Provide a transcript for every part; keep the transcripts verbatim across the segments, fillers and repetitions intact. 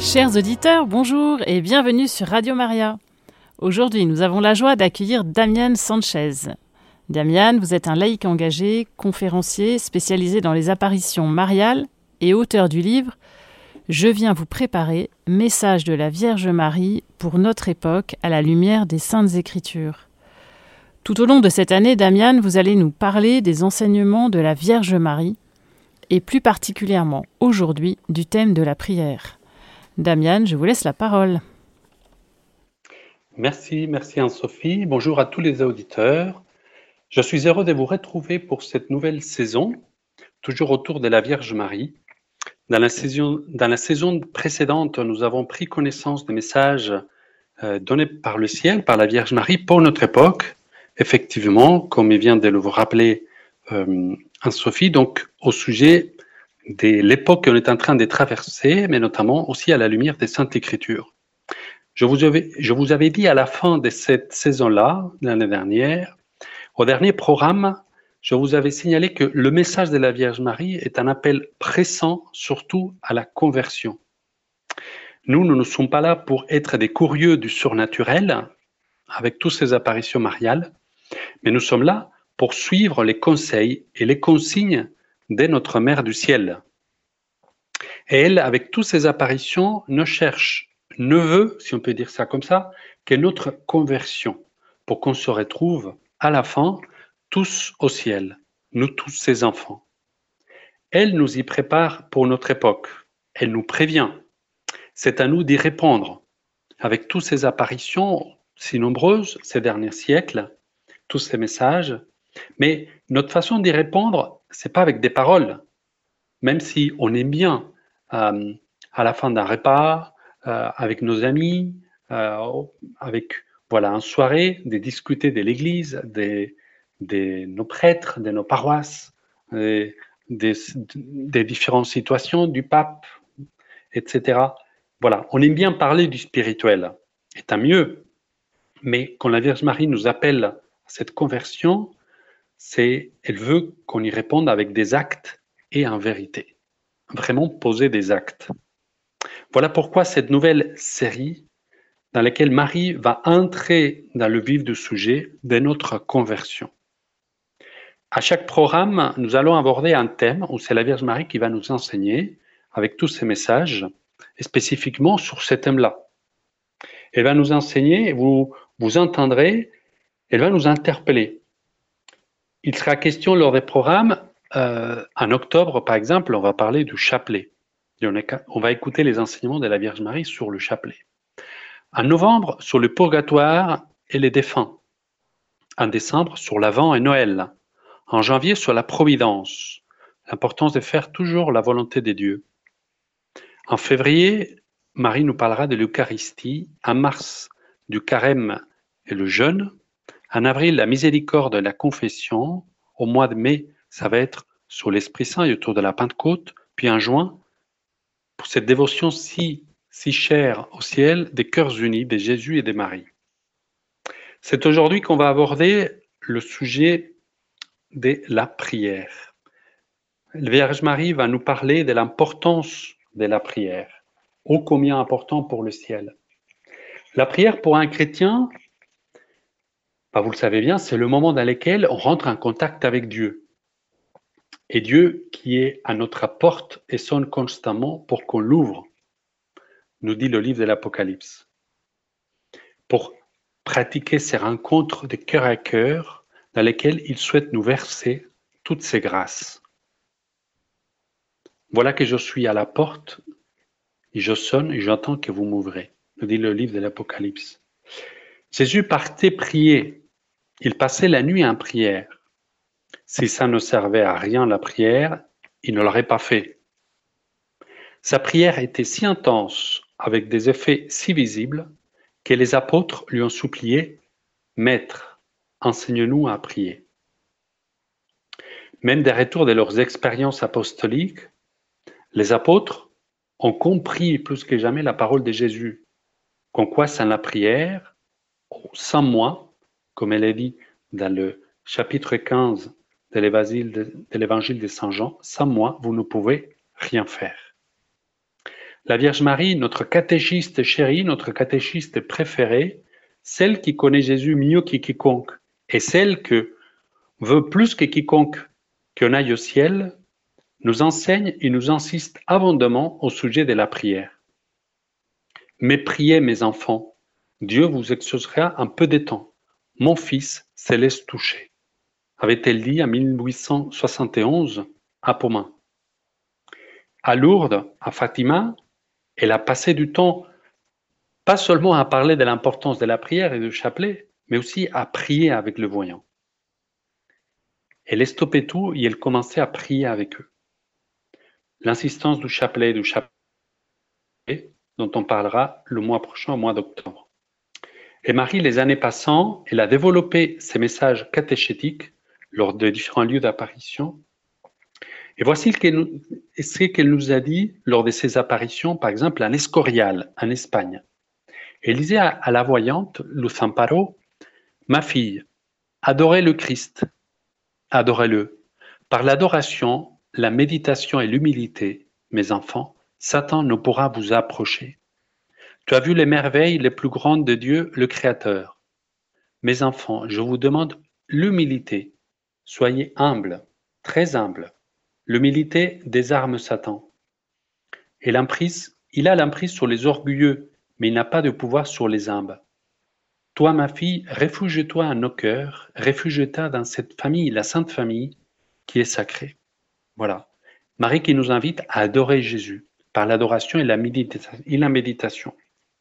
Chers auditeurs, bonjour et bienvenue sur Radio Maria. Aujourd'hui, nous avons la joie d'accueillir Damian Sanchez. Damian, vous êtes un laïc engagé, conférencier spécialisé dans les apparitions mariales et auteur du livre « Je viens vous préparer, message de la Vierge Marie pour notre époque à la lumière des Saintes Écritures ». Tout au long de cette année, Damian, vous allez nous parler des enseignements de la Vierge Marie et plus particulièrement aujourd'hui du thème de la prière. Damian, je vous laisse la parole. Merci, merci Anne-Sophie. Bonjour à tous les auditeurs. Je suis heureux de vous retrouver pour cette nouvelle saison, toujours autour de la Vierge Marie. Dans la saison, dans la saison précédente, nous avons pris connaissance des messages euh, donnés par le ciel, par la Vierge Marie pour notre époque. Effectivement, comme il vient de le vous rappeler euh, Anne-Sophie, donc au sujet de l'époque qu'on est en train de traverser, mais notamment aussi à la lumière des Saintes Écritures. Je vous avais, je vous avais dit à la fin de cette saison-là, l'année dernière, au dernier programme, je vous avais signalé que le message de la Vierge Marie est un appel pressant, surtout à la conversion. Nous, nous ne sommes pas là pour être des curieux du surnaturel, avec toutes ces apparitions mariales, mais nous sommes là pour suivre les conseils et les consignes de notre Mère du Ciel. Et elle, avec toutes ces apparitions, ne cherche, ne veut, si on peut dire ça comme ça, que notre conversion, pour qu'on se retrouve à la fin tous au ciel, nous tous ses enfants. Elle nous y prépare pour notre époque. Elle nous prévient. C'est à nous d'y répondre. Avec toutes ces apparitions si nombreuses ces derniers siècles, tous ces messages, mais notre façon d'y répondre, c'est pas avec des paroles, même si on aime bien euh, à la fin d'un repas, euh, avec nos amis, euh, avec voilà une soirée, de discuter de l'Église, des, de nos prêtres, de nos paroisses, des, des, des différentes situations du pape, et cetera. Voilà, on aime bien parler du spirituel, et tant mieux. Mais quand la Vierge Marie nous appelle à cette conversion, c'est, elle veut qu'on y réponde avec des actes et en vérité. Vraiment poser des actes. Voilà pourquoi cette nouvelle série dans laquelle Marie va entrer dans le vif du sujet de notre conversion. À chaque programme, nous allons aborder un thème où c'est la Vierge Marie qui va nous enseigner avec tous ces messages, et spécifiquement sur ce thème-là. Elle va nous enseigner, vous, vous entendrez, elle va nous interpeller. Il sera question lors des programmes, euh, en octobre par exemple, on va parler du chapelet. Et on, est, on va écouter les enseignements de la Vierge Marie sur le chapelet. En novembre, sur le purgatoire et les défunts. En décembre, sur l'Avent et Noël. En janvier, sur la providence, l'importance de faire toujours la volonté de Dieu. En février, Marie nous parlera de l'Eucharistie. En mars, du carême et le jeûne. En avril, la miséricorde et la confession. Au mois de mai, ça va être sur l'Esprit Saint et autour de la Pentecôte. Puis en juin, pour cette dévotion si, si chère au ciel, des cœurs unis de Jésus et de Marie. C'est aujourd'hui qu'on va aborder le sujet de la prière. La Vierge Marie va nous parler de l'importance de la prière, ô combien important pour le ciel. La prière pour un chrétien, bah vous le savez bien, c'est le moment dans lequel on rentre en contact avec Dieu. Et Dieu qui est à notre porte et sonne constamment pour qu'on l'ouvre, nous dit le livre de l'Apocalypse. Pour pratiquer ces rencontres de cœur à cœur dans lesquelles il souhaite nous verser toutes ses grâces. Voilà que je suis à la porte et je sonne et j'entends que vous m'ouvrez, nous dit le livre de l'Apocalypse. Jésus partait prier. Il passait la nuit en prière. Si ça ne servait à rien la prière, il ne l'aurait pas fait. Sa prière était si intense, avec des effets si visibles, que les apôtres lui ont supplié « Maître, enseigne-nous à prier ». Même des retours de leurs expériences apostoliques, les apôtres ont compris plus que jamais la parole de Jésus, qu'en quoi sans la prière, sans moi, comme elle est dit dans le chapitre quinze de l'évangile de, de l'évangile de Saint Jean, sans moi, vous ne pouvez rien faire. La Vierge Marie, notre catéchiste chérie, notre catéchiste préférée, celle qui connaît Jésus mieux que quiconque, et celle que veut plus que quiconque qu'on aille au ciel, nous enseigne et nous insiste abondamment au sujet de la prière. Mais priez, mes enfants, Dieu vous exaucera en peu de temps. Mon fils se laisse toucher, avait-elle dit en mille huit cent soixante et onze à Pomain. À Lourdes, à Fatima, elle a passé du temps pas seulement à parler de l'importance de la prière et du chapelet, mais aussi à prier avec le voyant. Elle stoppait tout et elle commençait à prier avec eux. L'insistance du chapelet et du chapelet, dont on parlera le mois prochain, au mois d'octobre. Et Marie, les années passant, elle a développé ses messages catéchétiques lors de différents lieux d'apparition. Et voici ce qu'elle nous, ce qu'elle nous a dit lors de ses apparitions, par exemple en Escorial, en Espagne. Elle disait à, à la voyante, Luz Amparo, « Ma fille, adorez le Christ, adorez-le. Par l'adoration, la méditation et l'humilité, mes enfants, Satan ne pourra vous approcher. Tu as vu les merveilles les plus grandes de Dieu, le Créateur. Mes enfants, je vous demande l'humilité. Soyez humbles, très humbles. L'humilité désarme Satan. Et l'emprise, il a l'emprise sur les orgueilleux, mais il n'a pas de pouvoir sur les humbles. Toi, ma fille, réfugie-toi en nos cœurs, réfugie-toi dans cette famille, la Sainte Famille, qui est sacrée. » Voilà. Marie qui nous invite à adorer Jésus par l'adoration et la méditation.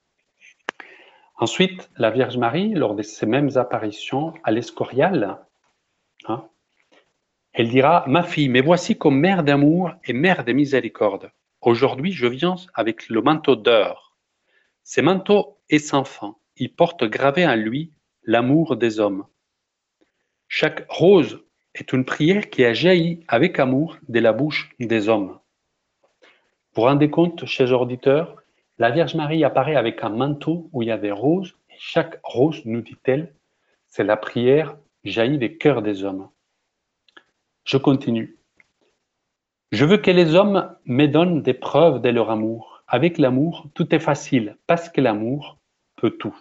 Ensuite, la Vierge Marie, lors de ces mêmes apparitions à l'Escorial, hein, elle dira « Ma fille, me voici comme mère d'amour et mère de miséricorde. Aujourd'hui, je viens avec le manteau d'or. Ce manteau est sans fin. Il porte gravé en lui l'amour des hommes. Chaque rose est une prière qui a jailli avec amour de la bouche des hommes. » Vous vous rendez compte, chers auditeurs, la Vierge Marie apparaît avec un manteau où il y a des roses, et chaque rose, nous dit-elle, c'est la prière jaillie des cœurs des hommes. Je continue. Je veux que les hommes me donnent des preuves de leur amour. Avec l'amour, tout est facile, parce que l'amour peut tout.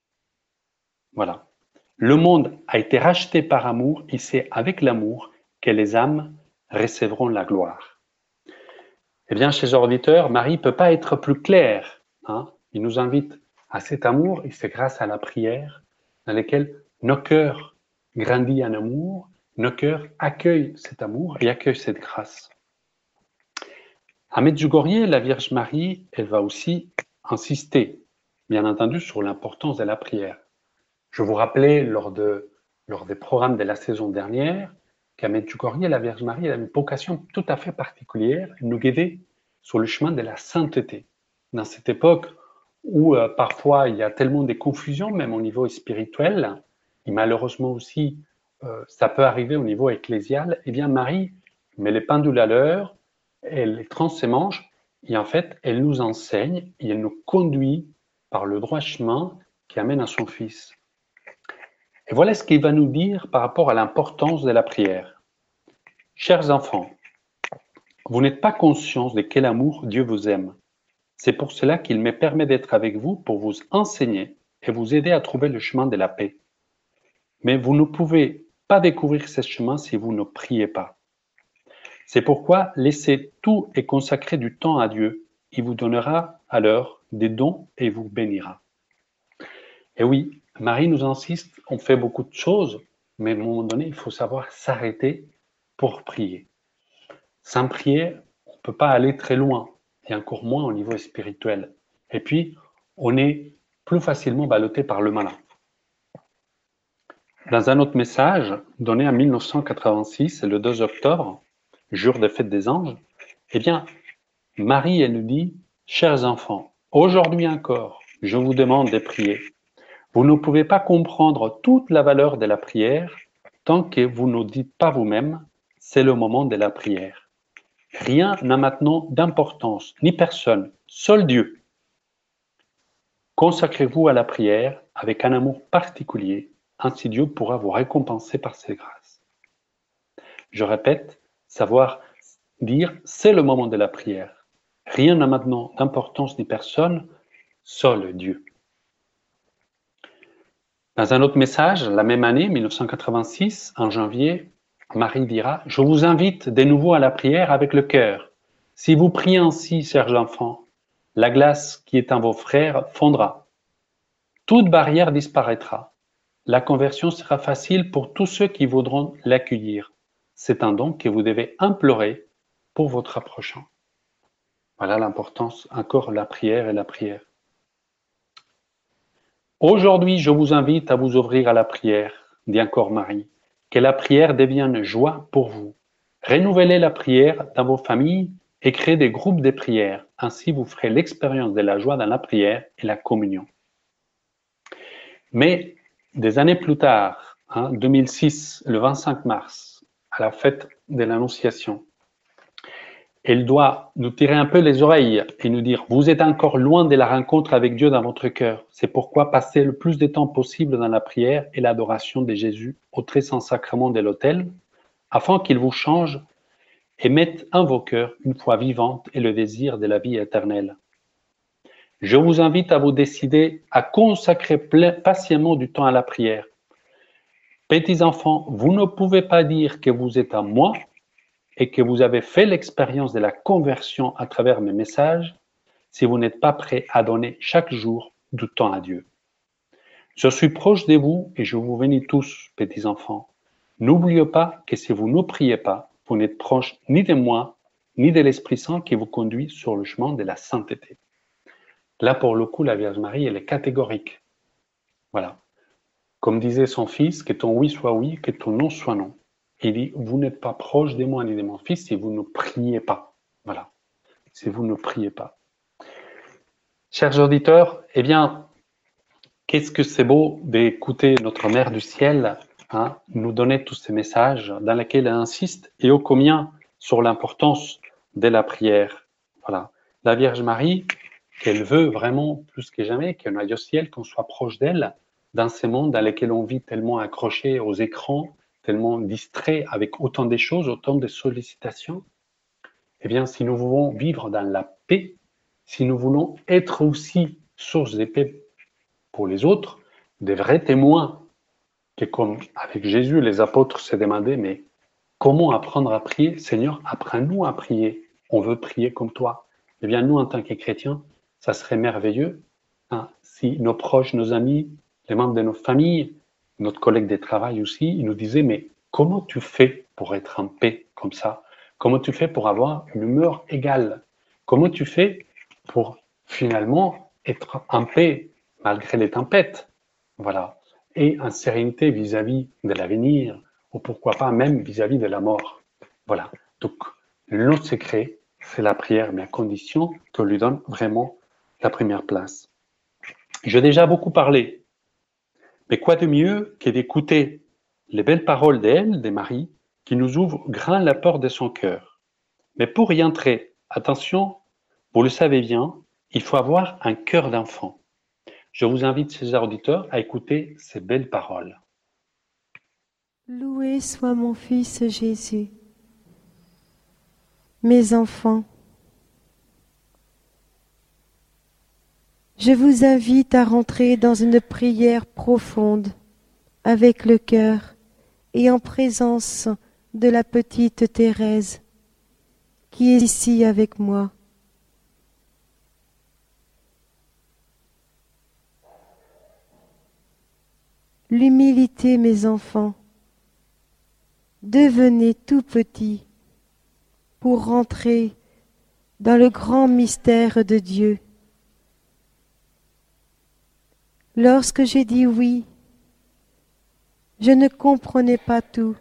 Voilà. Le monde a été racheté par amour et c'est avec l'amour que les âmes recevront la gloire. Eh bien, chers auditeurs, Marie ne peut pas être plus claire. Hein. Il nous invite à cet amour et c'est grâce à la prière dans laquelle nos cœurs grandissent en amour, nos cœurs accueillent cet amour et accueillent cette grâce. À Medjugorje, la Vierge Marie, elle va aussi insister, bien entendu, sur l'importance de la prière. Je vous rappelais lors, de, lors des programmes de la saison dernière qu'à Medjugorje, la Vierge Marie elle a une vocation tout à fait particulière, nous guider sur le chemin de la sainteté. Dans cette époque où euh, parfois il y a tellement de confusions, même au niveau spirituel, et malheureusement aussi euh, ça peut arriver au niveau ecclésial, eh bien Marie met les pendules à l'heure, elle tranche ses manches, et en fait elle nous enseigne et elle nous conduit par le droit chemin qui amène à son Fils. Et voilà ce qu'il va nous dire par rapport à l'importance de la prière. Chers enfants, vous n'êtes pas conscients de quel amour Dieu vous aime. C'est pour cela qu'il me permet d'être avec vous pour vous enseigner et vous aider à trouver le chemin de la paix. Mais vous ne pouvez pas découvrir ce chemin si vous ne priez pas. C'est pourquoi laissez tout et consacrez du temps à Dieu. Il vous donnera alors des dons et vous bénira. Et oui, Marie nous insiste, on fait beaucoup de choses, mais à un moment donné, il faut savoir s'arrêter pour prier. Sans prier, on ne peut pas aller très loin, et encore moins au niveau spirituel. Et puis, on est plus facilement ballotté par le malin. Dans un autre message, donné en mille neuf cent quatre-vingt-six, le deux octobre, jour de fête des anges, eh bien, Marie, elle nous dit, « Chers enfants, aujourd'hui encore, je vous demande de prier. Vous ne pouvez pas comprendre toute la valeur de la prière tant que vous ne dites pas vous-même, c'est le moment de la prière. Rien n'a maintenant d'importance, ni personne, seul Dieu. Consacrez-vous à la prière avec un amour particulier, ainsi Dieu pourra vous récompenser par ses grâces. » Je répète, savoir dire, c'est le moment de la prière. Rien n'a maintenant d'importance ni personne, seul Dieu. Dans un autre message, la même année, mille neuf cent quatre-vingt-six, en janvier, Marie dira « Je vous invite de nouveau à la prière avec le cœur. Si vous priez ainsi, chers enfants, la glace qui est en vos frères fondra. Toute barrière disparaîtra. La conversion sera facile pour tous ceux qui voudront l'accueillir. C'est un don que vous devez implorer pour votre approchant. » Voilà l'importance encore de la prière et la prière. Aujourd'hui, je vous invite à vous ouvrir à la prière, dit encore Marie. Que la prière devienne joie pour vous. Renouvelez la prière dans vos familles et créez des groupes de prière. Ainsi, vous ferez l'expérience de la joie dans la prière et la communion. Mais des années plus tard, hein, deux mille six, le vingt-cinq mars, à la fête de l'Annonciation, elle doit nous tirer un peu les oreilles et nous dire « Vous êtes encore loin de la rencontre avec Dieu dans votre cœur. C'est pourquoi passez le plus de temps possible dans la prière et l'adoration de Jésus au très saint sacrement de l'autel, afin qu'il vous change et mette en vos cœurs une foi vivante et le désir de la vie éternelle. Je vous invite à vous décider à consacrer patiemment du temps à la prière. Petits enfants, vous ne pouvez pas dire que vous êtes à moi et que vous avez fait l'expérience de la conversion à travers mes messages, si vous n'êtes pas prêt à donner chaque jour du temps à Dieu. Je suis proche de vous et je vous bénis tous, petits enfants. N'oubliez pas que si vous ne priez pas, vous n'êtes proche ni de moi, ni de l'Esprit Saint qui vous conduit sur le chemin de la sainteté. Là, pour le coup, la Vierge Marie, elle est catégorique. Voilà. Comme disait son fils, que ton oui soit oui, que ton non soit non. Il dit, vous n'êtes pas proche de moi ni de mon fils si vous ne priez pas. Voilà. Si vous ne priez pas. Chers auditeurs, eh bien, qu'est-ce que c'est beau d'écouter notre Mère du Ciel hein, nous donner tous ces messages dans lesquels elle insiste et ô combien sur l'importance de la prière. Voilà. La Vierge Marie, qu'elle veut vraiment plus que jamais qu'on aille au ciel, qu'on soit proche d'elle dans ces mondes dans lesquels on vit tellement accroché aux écrans, tellement distrait avec autant de choses, autant de sollicitations. Eh bien, si nous voulons vivre dans la paix, si nous voulons être aussi source de paix pour les autres, des vrais témoins, que comme avec Jésus, les apôtres se demandaient, mais comment apprendre à prier? Seigneur, apprends-nous à prier. On veut prier comme toi. Eh bien, nous, en tant que chrétiens, ça serait merveilleux hein, si nos proches, nos amis, les membres de nos familles, notre collègue de travail aussi, ils nous disaient, mais comment tu fais pour être en paix comme ça? Comment tu fais pour avoir une humeur égale? Comment tu fais pour finalement être en paix malgré les tempêtes? Voilà. Et en sérénité vis-à-vis de l'avenir, ou pourquoi pas même vis-à-vis de la mort. Voilà. Donc, le secret, c'est la prière, mais à condition qu'on lui donne vraiment la première place. J'ai déjà beaucoup parlé, mais quoi de mieux que d'écouter les belles paroles d'elle, de Marie, qui nous ouvrent grand la porte de son cœur. Mais pour y entrer, attention, vous le savez bien, il faut avoir un cœur d'enfant. Je vous invite, chers auditeurs, à écouter ces belles paroles. Loué soit mon Fils Jésus. Mes enfants, je vous invite à rentrer dans une prière profonde, avec le cœur et en présence de la petite Thérèse, qui est ici avec moi. L'humilité, mes enfants, devenez tout petits pour rentrer dans le grand mystère de Dieu. Lorsque j'ai dit oui, je ne comprenais pas tout,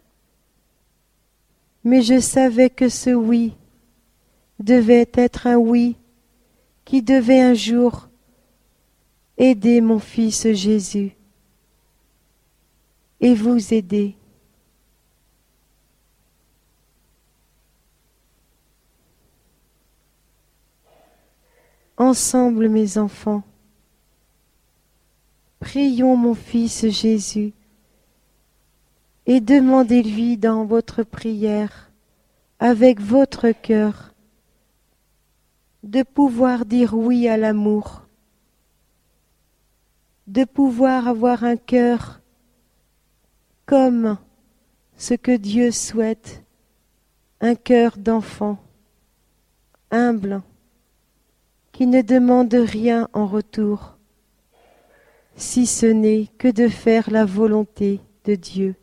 mais je savais que ce oui devait être un oui qui devait un jour aider mon Fils Jésus et vous aider. Ensemble, mes enfants, prions mon Fils Jésus et demandez-lui dans votre prière, avec votre cœur, de pouvoir dire oui à l'amour, de pouvoir avoir un cœur comme ce que Dieu souhaite, un cœur d'enfant, humble, qui ne demande rien en retour, si ce n'est que de faire la volonté de Dieu.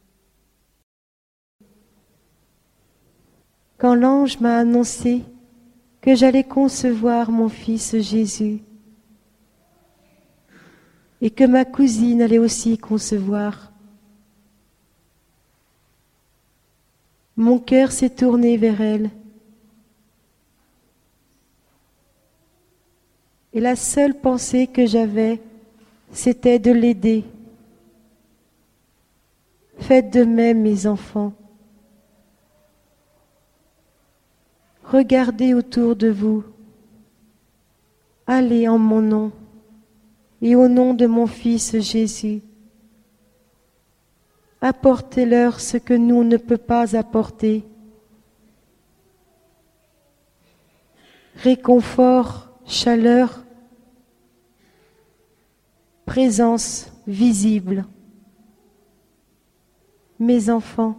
Quand l'ange m'a annoncé que j'allais concevoir mon fils Jésus et que ma cousine allait aussi concevoir, mon cœur s'est tourné vers elle. Et la seule pensée que j'avais, c'était de l'aider. Faites de même, mes enfants. Regardez autour de vous. Allez en mon nom et au nom de mon Fils Jésus. Apportez-leur ce que nous ne peut pas apporter. Réconfort, chaleur, présence visible. Mes enfants,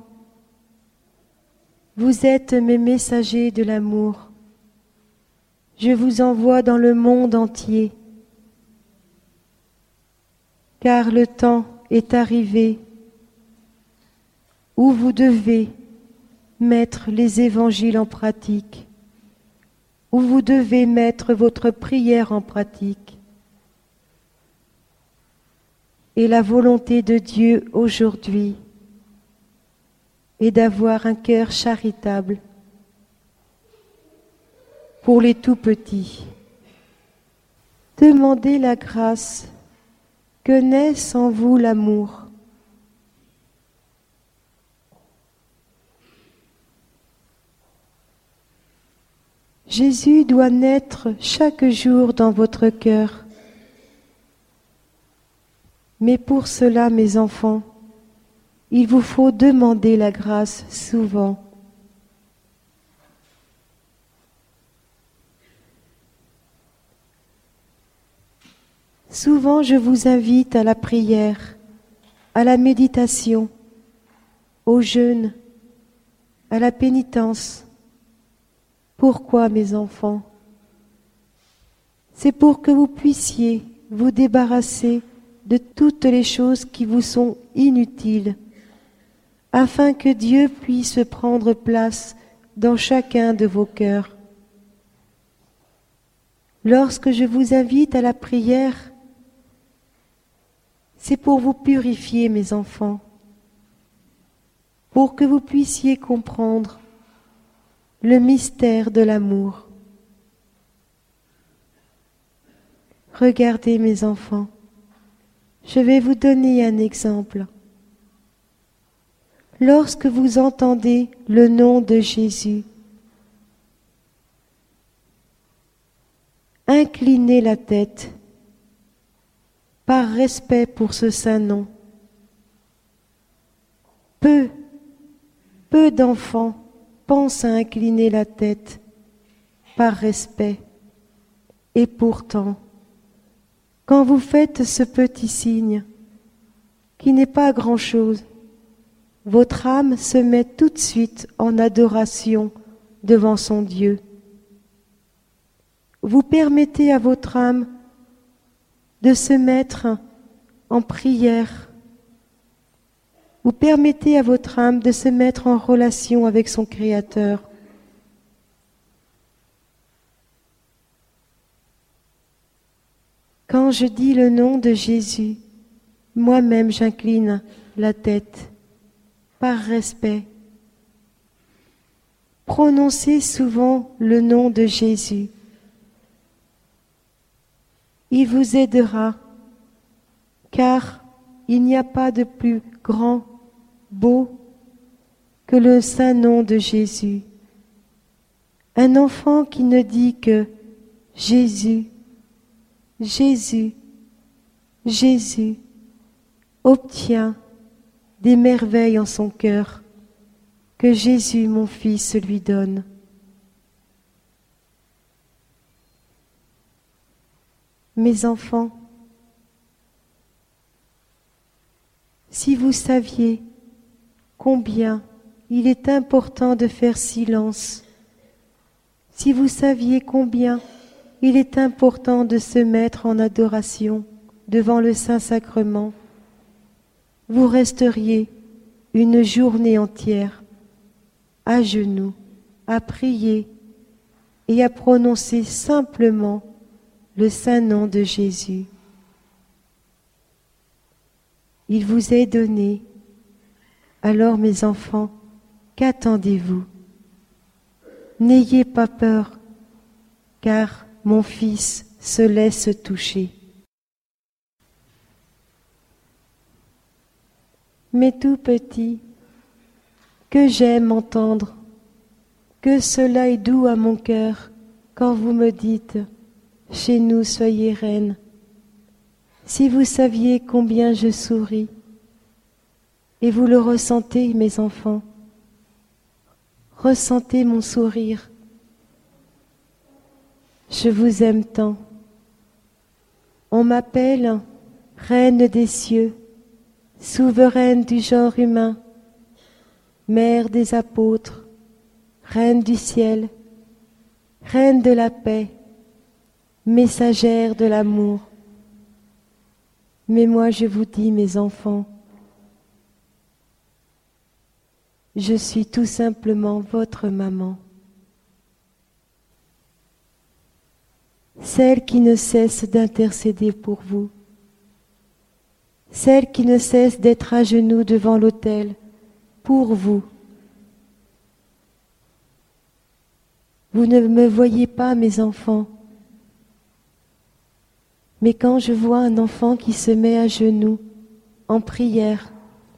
vous êtes mes messagers de l'amour. Je vous envoie dans le monde entier, car le temps est arrivé où vous devez mettre les évangiles en pratique, où vous devez mettre votre prière en pratique. Et la volonté de Dieu aujourd'hui est d'avoir un cœur charitable pour les tout-petits. Demandez la grâce que naisse en vous l'amour. Jésus doit naître chaque jour dans votre cœur. Mais pour cela, mes enfants, il vous faut demander la grâce souvent. Souvent, je vous invite à la prière, à la méditation, au jeûne, à la pénitence. Pourquoi, mes enfants? C'est pour que vous puissiez vous débarrasser de toutes les choses qui vous sont inutiles, afin que Dieu puisse prendre place dans chacun de vos cœurs. Lorsque je vous invite à la prière, c'est pour vous purifier, mes enfants, pour que vous puissiez comprendre le mystère de l'amour. Regardez, mes enfants, je vais vous donner un exemple. Lorsque vous entendez le nom de Jésus, inclinez la tête par respect pour ce saint nom. Peu, peu d'enfants pensent à incliner la tête par respect. Et pourtant, quand vous faites ce petit signe, qui n'est pas grand-chose, votre âme se met tout de suite en adoration devant son Dieu. Vous permettez à votre âme de se mettre en prière. Vous permettez à votre âme de se mettre en relation avec son Créateur. Quand je dis le nom de Jésus, moi-même j'incline la tête par respect. Prononcez souvent le nom de Jésus. Il vous aidera, car il n'y a pas de plus grand, beau que le saint nom de Jésus. Un enfant qui ne dit que Jésus, Jésus, Jésus obtient des merveilles en son cœur que Jésus, mon fils, lui donne. Mes enfants, si vous saviez combien il est important de faire silence, si vous saviez combien il est important de se mettre en adoration devant le Saint-Sacrement, vous resteriez une journée entière à genoux, à prier et à prononcer simplement le saint nom de Jésus. Il vous est donné. Alors, mes enfants, qu'attendez-vous? N'ayez pas peur, car mon fils se laisse toucher. Mes tout petits, que j'aime entendre, que cela est doux à mon cœur quand vous me dites « Chez nous, soyez reine ». Si vous saviez combien je souris, et vous le ressentez, mes enfants, ressentez mon sourire. Je vous aime tant. On m'appelle Reine des cieux, souveraine du genre humain, Mère des apôtres, Reine du ciel, Reine de la paix, messagère de l'amour. Mais moi je vous dis, mes enfants, je suis tout simplement votre maman, celle qui ne cesse d'intercéder pour vous, celle qui ne cesse d'être à genoux devant l'autel pour vous. Vous ne me voyez pas, mes enfants, mais quand je vois un enfant qui se met à genoux en prière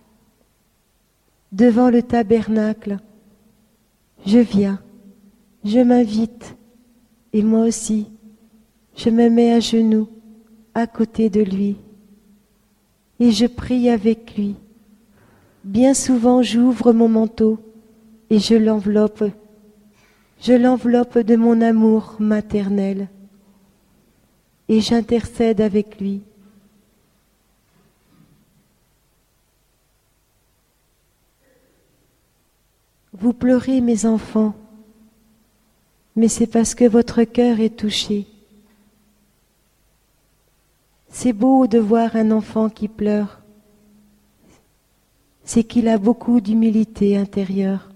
devant le tabernacle, je viens, je m'invite, et moi aussi, je me mets à genoux à côté de lui, et je prie avec lui. Bien souvent, j'ouvre mon manteau et je l'enveloppe, je l'enveloppe de mon amour maternel, et j'intercède avec lui. Vous pleurez, mes enfants, mais c'est parce que votre cœur est touché. C'est beau de voir un enfant qui pleure. C'est qu'il a beaucoup d'humilité intérieure.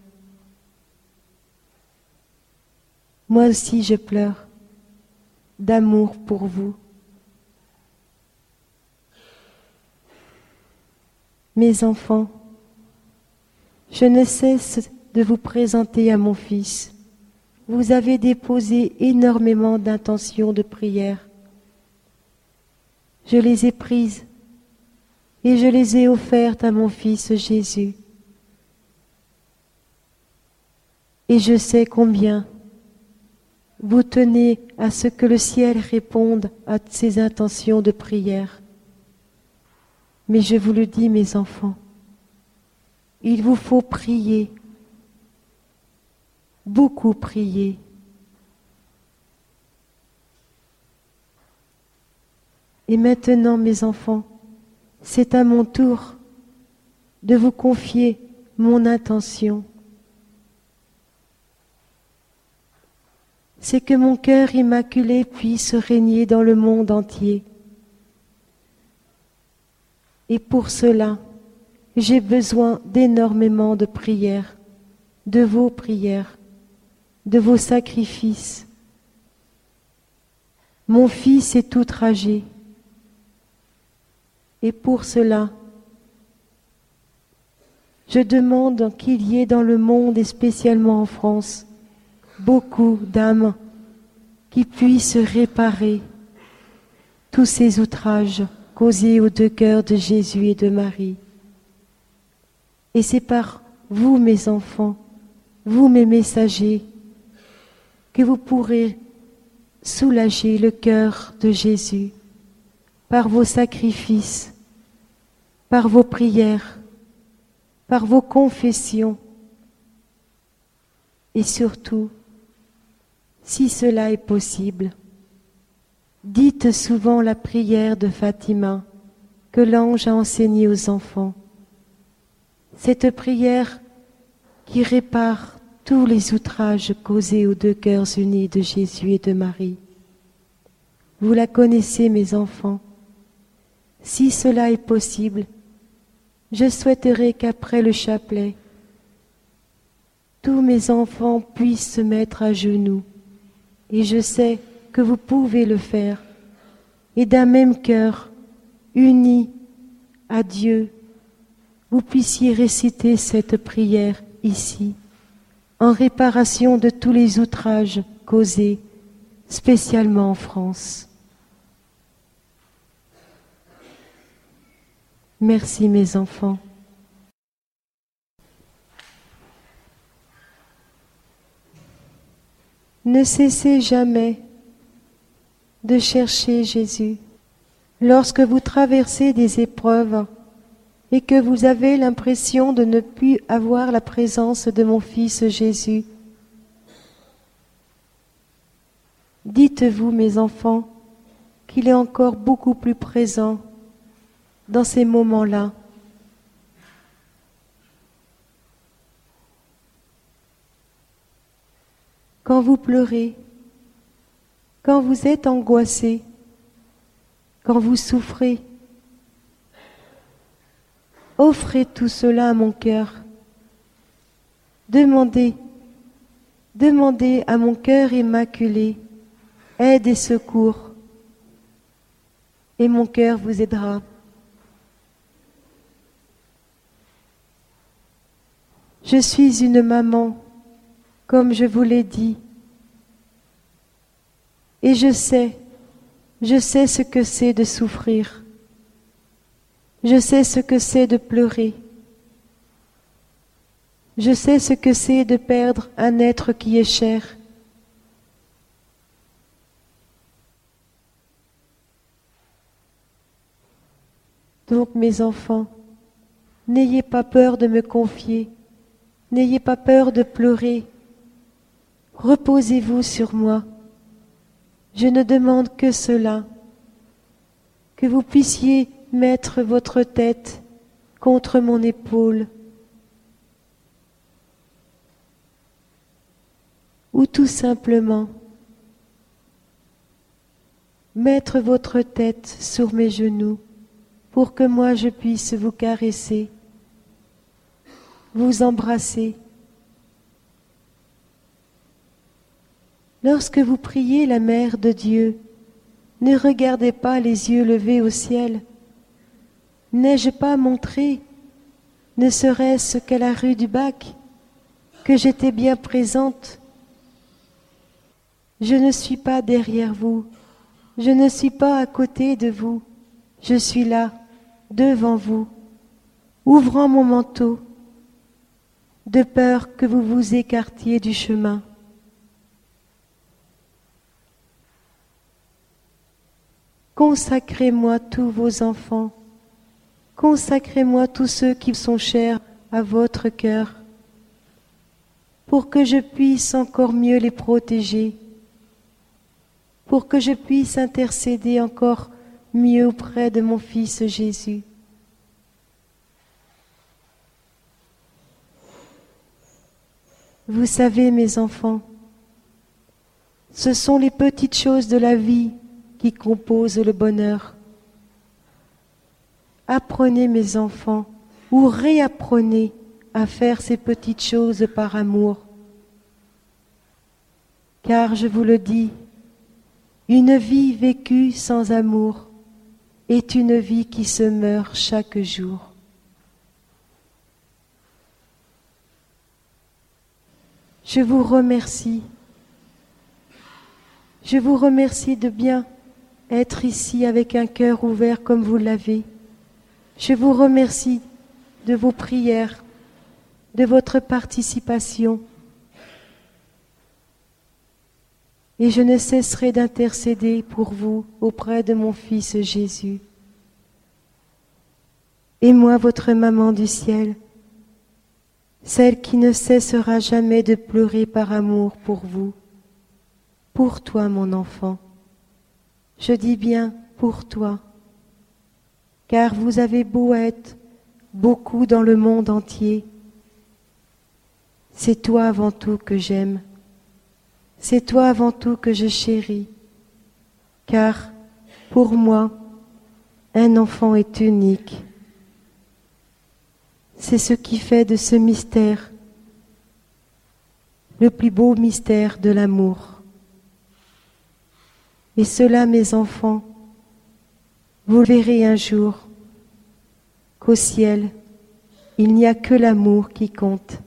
Moi aussi je pleure d'amour pour vous. Mes enfants, je ne cesse de vous présenter à mon fils. Vous avez déposé énormément d'intentions de prière. Je les ai prises et je les ai offertes à mon fils Jésus. Et je sais combien vous tenez à ce que le ciel réponde à ces intentions de prière. Mais je vous le dis, mes enfants, il vous faut prier, beaucoup prier. Et maintenant, mes enfants, c'est à mon tour de vous confier mon intention. C'est que mon cœur immaculé puisse régner dans le monde entier. Et pour cela, j'ai besoin d'énormément de prières, de vos prières, de vos sacrifices. Mon fils est outragé. Et pour cela, je demande qu'il y ait dans le monde, et spécialement en France, beaucoup d'âmes qui puissent réparer tous ces outrages causés aux deux cœurs de Jésus et de Marie. Et c'est par vous, mes enfants, vous, mes messagers, que vous pourrez soulager le cœur de Jésus par vos sacrifices, par vos prières, par vos confessions, et surtout, si cela est possible, dites souvent la prière de Fatima que l'ange a enseignée aux enfants. Cette prière qui répare tous les outrages causés aux deux cœurs unis de Jésus et de Marie. Vous la connaissez, mes enfants. Si cela est possible, je souhaiterais qu'après le chapelet, tous mes enfants puissent se mettre à genoux, et je sais que vous pouvez le faire, et d'un même cœur, unis à Dieu, vous puissiez réciter cette prière ici, en réparation de tous les outrages causés, spécialement en France. Merci mes enfants. Ne cessez jamais de chercher Jésus. Lorsque vous traversez des épreuves et que vous avez l'impression de ne plus avoir la présence de mon Fils Jésus, dites-vous, mes enfants, qu'il est encore beaucoup plus présent dans ces moments-là. Quand vous pleurez, quand vous êtes angoissé, quand vous souffrez, offrez tout cela à mon cœur. Demandez, demandez à mon cœur immaculé aide et secours, et mon cœur vous aidera. Je suis une maman, comme je vous l'ai dit, et je sais, je sais ce que c'est de souffrir. Je sais ce que c'est de pleurer. Je sais ce que c'est de perdre un être qui est cher. Donc, mes enfants, n'ayez pas peur de me confier, n'ayez pas peur de pleurer. Reposez-vous sur moi. Je ne demande que cela, que vous puissiez mettre votre tête contre mon épaule, ou tout simplement mettre votre tête sur mes genoux pour que moi je puisse vous caresser, vous embrasser. Lorsque vous priez la Mère de Dieu, ne regardez pas les yeux levés au ciel. N'ai-je pas montré, ne serait-ce qu'à la rue du Bac, que j'étais bien présente? Je ne suis pas derrière vous, je ne suis pas à côté de vous, je suis là, devant vous, ouvrant mon manteau, de peur que vous vous écartiez du chemin. Consacrez-moi tous vos enfants, consacrez-moi tous ceux qui sont chers à votre cœur, pour que je puisse encore mieux les protéger, pour que je puisse intercéder encore mieux auprès de mon Fils Jésus. Vous savez, mes enfants, ce sont les petites choses de la vie qui composent le bonheur. Apprenez, mes enfants, ou réapprenez à faire ces petites choses par amour. Car je vous le dis, une vie vécue sans amour est une vie qui se meurt chaque jour. Je vous remercie. Je vous remercie de bien être ici avec un cœur ouvert comme vous l'avez. Je vous remercie de vos prières, de votre participation. Et je ne cesserai d'intercéder pour vous auprès de mon Fils Jésus. Et moi, votre maman du ciel, celle qui ne cessera jamais de pleurer par amour pour vous, pour toi, mon enfant, Je dis bien pour toi, car vous avez beau être beaucoup dans le monde entier, c'est toi avant tout que j'aime, c'est toi avant tout que je chéris, car pour moi, un enfant est unique. C'est ce qui fait de ce mystère le plus beau mystère de l'amour. Et cela, mes enfants, vous verrez un jour qu'au ciel, il n'y a que l'amour qui compte.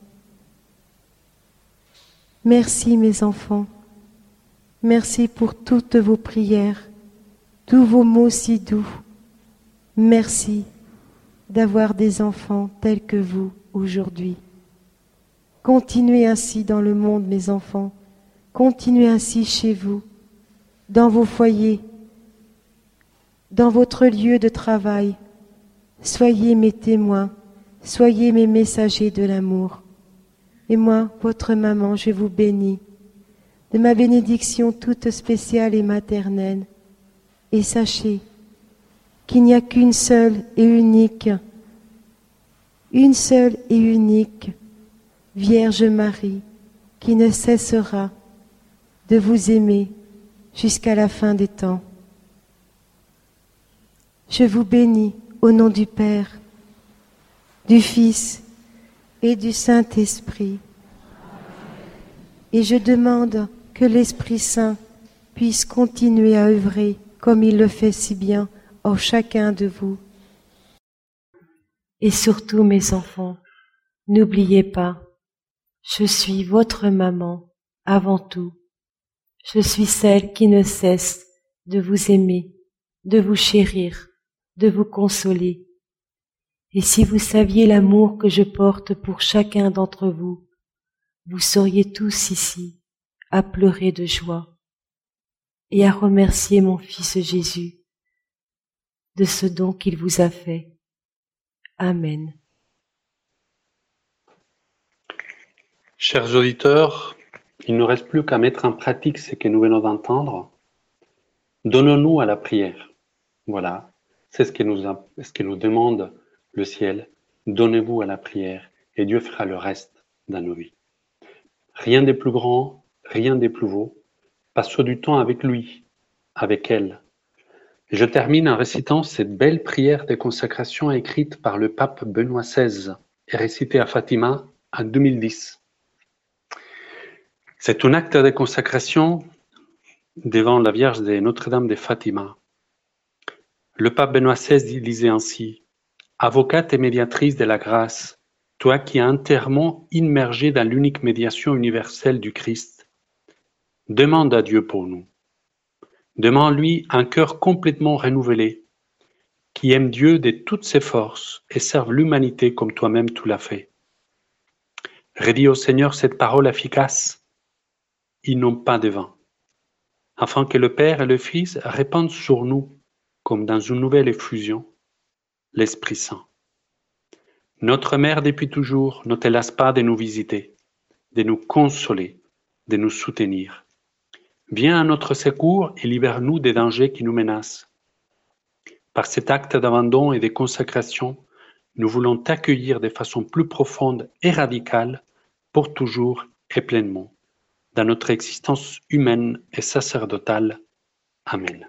Merci, mes enfants. Merci pour toutes vos prières, tous vos mots si doux. Merci d'avoir des enfants tels que vous aujourd'hui. Continuez ainsi dans le monde, mes enfants. Continuez ainsi chez vous, dans vos foyers, dans votre lieu de travail. Soyez mes témoins, soyez mes messagers de l'amour. Et moi, votre maman, je vous bénis de ma bénédiction toute spéciale et maternelle. Et sachez qu'il n'y a qu'une seule et unique, une seule et unique Vierge Marie qui ne cessera de vous aimer jusqu'à la fin des temps. Je vous bénis au nom du Père, du Fils et du Saint-Esprit. Et je demande que l'Esprit Saint puisse continuer à œuvrer comme il le fait si bien en chacun de vous. Et surtout, mes enfants, n'oubliez pas, je suis votre maman avant tout. Je suis celle qui ne cesse de vous aimer, de vous chérir, de vous consoler. Et si vous saviez l'amour que je porte pour chacun d'entre vous, vous seriez tous ici à pleurer de joie et à remercier mon Fils Jésus de ce don qu'il vous a fait. Amen. Chers auditeurs, il ne reste plus qu'à mettre en pratique ce que nous venons d'entendre. Donnons-nous à la prière. Voilà, c'est ce que nous, ce que nous demande le ciel. Donnez-vous à la prière et Dieu fera le reste dans nos vies. Rien de plus grand, rien de plus beau. Passons du temps avec lui, avec elle. Je termine en récitant cette belle prière de consacration écrite par le pape Benoît seize et récitée à Fatima en deux mille dix. C'est un acte de consacration devant la Vierge de Notre-Dame de Fatima. Le pape Benoît seize disait ainsi: « Avocate et médiatrice de la grâce, toi qui es entièrement immergée dans l'unique médiation universelle du Christ, demande à Dieu pour nous. Demande-lui un cœur complètement renouvelé, qui aime Dieu de toutes ses forces et serve l'humanité comme toi-même tu l'as fait. Redis au Seigneur cette parole efficace: ils n'ont pas de vin, afin que le Père et le Fils répandent sur nous, comme dans une nouvelle effusion, l'Esprit Saint. Notre Mère depuis toujours ne te lasse pas de nous visiter, de nous consoler, de nous soutenir. Viens à notre secours et libère-nous des dangers qui nous menacent. Par cet acte d'abandon et de consécration, nous voulons t'accueillir de façon plus profonde et radicale, pour toujours et pleinement, dans notre existence humaine et sacerdotale. Amen.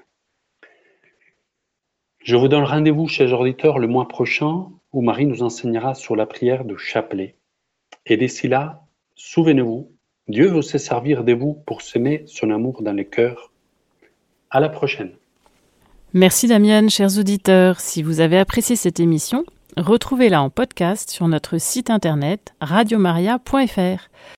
Je vous donne rendez-vous, chers auditeurs, le mois prochain, où Marie nous enseignera sur la prière du chapelet. Et d'ici là, souvenez-vous, Dieu veut se servir de vous pour semer son amour dans les cœurs. À la prochaine. Merci Damian, chers auditeurs. Si vous avez apprécié cette émission, retrouvez-la en podcast sur notre site internet radio maria point f r.